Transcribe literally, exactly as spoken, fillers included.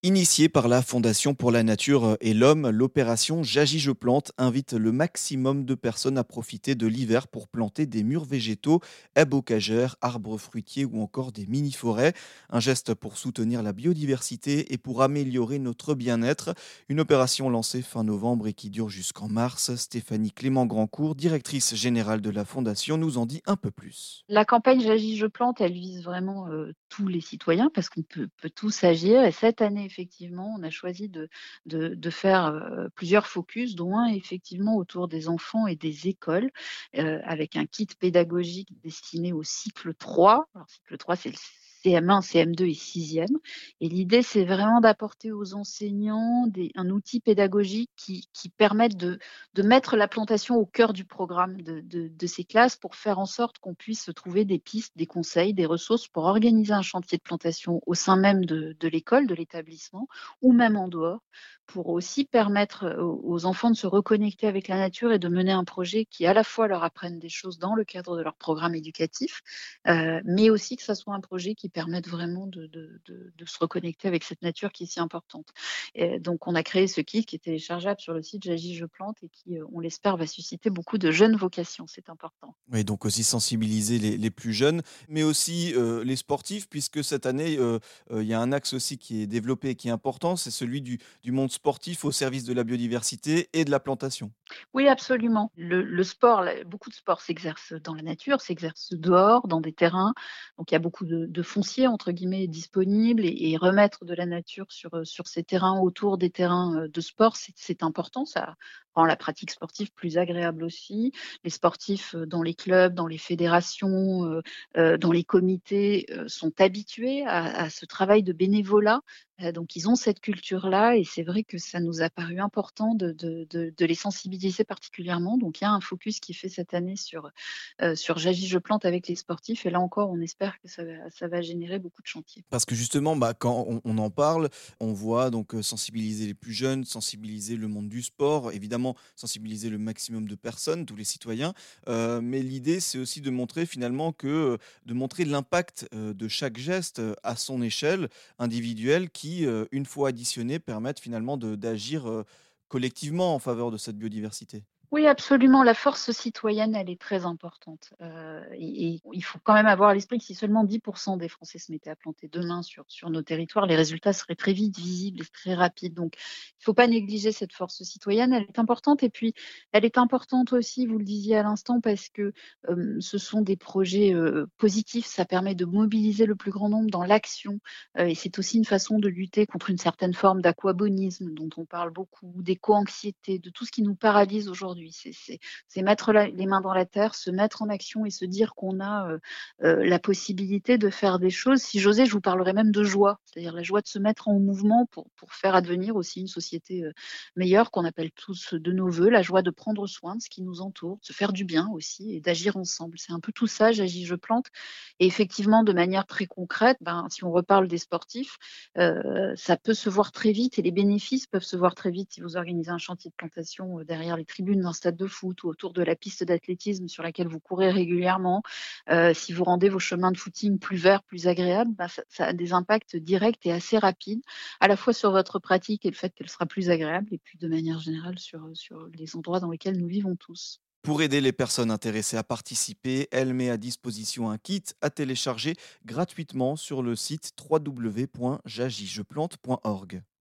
Initiée par la Fondation pour la Nature et l'Homme, l'opération J'agis, je plante invite le maximum de personnes à profiter de l'hiver pour planter des murs végétaux, haies bocagères, arbres fruitiers ou encore des mini-forêts. Un geste pour soutenir la biodiversité et pour améliorer notre bien-être. Une opération lancée fin novembre et qui dure jusqu'en mars. Stéphanie Clément-Grandcourt, directrice générale de la Fondation, nous en dit un peu plus. La campagne «J'agis, je plante», elle vise vraiment, heu, tous les citoyens parce qu'on peut peut tous agir et cette année, effectivement, on a choisi de de de faire, heu, plusieurs focus, dont un effectivement autour des enfants et des écoles, heu, avec un kit pédagogique destiné au cycle trois. Alors cycle trois, c'est le C M un, C M deux et sixième et l'idée, c'est vraiment d'apporter aux enseignants des un outil pédagogique qui qui permette de de mettre la plantation au cœur du programme de de de ces classes pour faire en sorte qu'on puisse trouver des pistes, des conseils, des ressources pour organiser un chantier de plantation au sein même de de l'école, de l'établissement ou même en dehors, pour aussi permettre, heu, aux aux enfants de se reconnecter avec la nature et de mener un projet qui, à la fois, leur apprenne des choses dans le cadre de leur programme éducatif, heu, mais aussi que ça soit un projet qui permette vraiment de de de de se reconnecter avec cette nature qui est si importante. Et donc on a créé ce kit qui est téléchargeable sur le site J'agis, je plante et qui, heu, on l'espère, va susciter beaucoup de jeunes vocations, c'est important. Oui, donc aussi sensibiliser les les plus jeunes, mais aussi, heu, les sportifs puisque cette année, heu heu, il y a un axe aussi qui est développé et qui est important, c'est celui du du monde sportif au service de la biodiversité et de la plantation. Oui, absolument. Le le sport, la beaucoup de sports s'exercent dans la nature, s'exercent dehors, dans des terrains. Donc il y a beaucoup de de «foncier» entre guillemets disponible et et remettre de la nature sur, heu, sur ces terrains, autour des terrains, heu, de sport, c'est c'est important. Ça rend la pratique sportive plus agréable aussi. Les sportifs, heu, dans les clubs, dans les fédérations, heu heu, dans les comités, heu, sont habitués à à ce travail de bénévolat. Heu, donc ils ont cette culture-là et c'est vrai que ça nous a paru important de de de de les sensibiliser particulièrement. Donc il y a un focus qui est fait cette année sur, heu, sur «J'agis, je plante» avec les sportifs et là encore, on espère que ça va ça va générer beaucoup de chantiers. Parce que justement, bah, quand on on en parle, on voit donc, heu, sensibiliser les plus jeunes, sensibiliser le monde du sport, évidemment sensibiliser le maximum de personnes, tous les citoyens, heu, mais l'idée c'est aussi de montrer finalement que, heu, de montrer l'impact, heu, de chaque geste, heu, à son échelle individuelle qui, heu, une fois additionnés permettent finalement de d'agir, heu, collectivement en faveur de cette biodiversité. Oui, absolument, la force citoyenne, elle est très importante, heu et et il faut quand même avoir à l'esprit que si seulement dix des Français se mettaient à planter demain sur sur nos territoires, les résultats seraient très vite visibles et très rapides. Donc il ne faut pas négliger cette force citoyenne, elle est importante et puis elle est importante aussi, vous le disiez à l'instant, parce que, hem, ce sont des projets, heu, positifs. Ça permet de mobiliser le plus grand nombre dans l'action, heu et c'est aussi une façon de lutter contre une certaine forme d'aquabonisme dont on parle beaucoup, d'éco-anxiété, de tout ce qui nous paralyse aujourd'hui. C'est c'est c'est mettre la les mains dans la terre, se mettre en action et se dire qu'on a, heu heu, la possibilité de faire des choses. Si j'osais, je vous parlerais même de joie, c'est-à-dire la joie de se mettre en mouvement pour pour faire advenir aussi une société, heu, meilleure qu'on appelle tous de nos vœux. La joie de prendre soin de ce qui nous entoure, de se faire du bien aussi et d'agir ensemble. C'est un peu tout ça, «J'agis, je plante» et effectivement, de manière très concrète, ben, si on reparle des sportifs, heu, ça peut se voir très vite et les bénéfices peuvent se voir très vite si vous organisez un chantier de plantation, heu, derrière les tribunes d'un stade de foot ou autour de la piste d'athlétisme sur laquelle vous courez régulièrement. Heu, si vous rendez vos chemins de footing plus verts, plus agréables, bah, ça ça a des impacts directs et assez rapides, à la fois sur votre pratique et le fait qu'elle sera plus agréable et puis de manière générale sur, sur les endroits dans lesquels nous vivons tous. Pour aider les personnes intéressées à participer, elle met à disposition un kit à télécharger gratuitement sur le site w w w point j'agis je plante point org.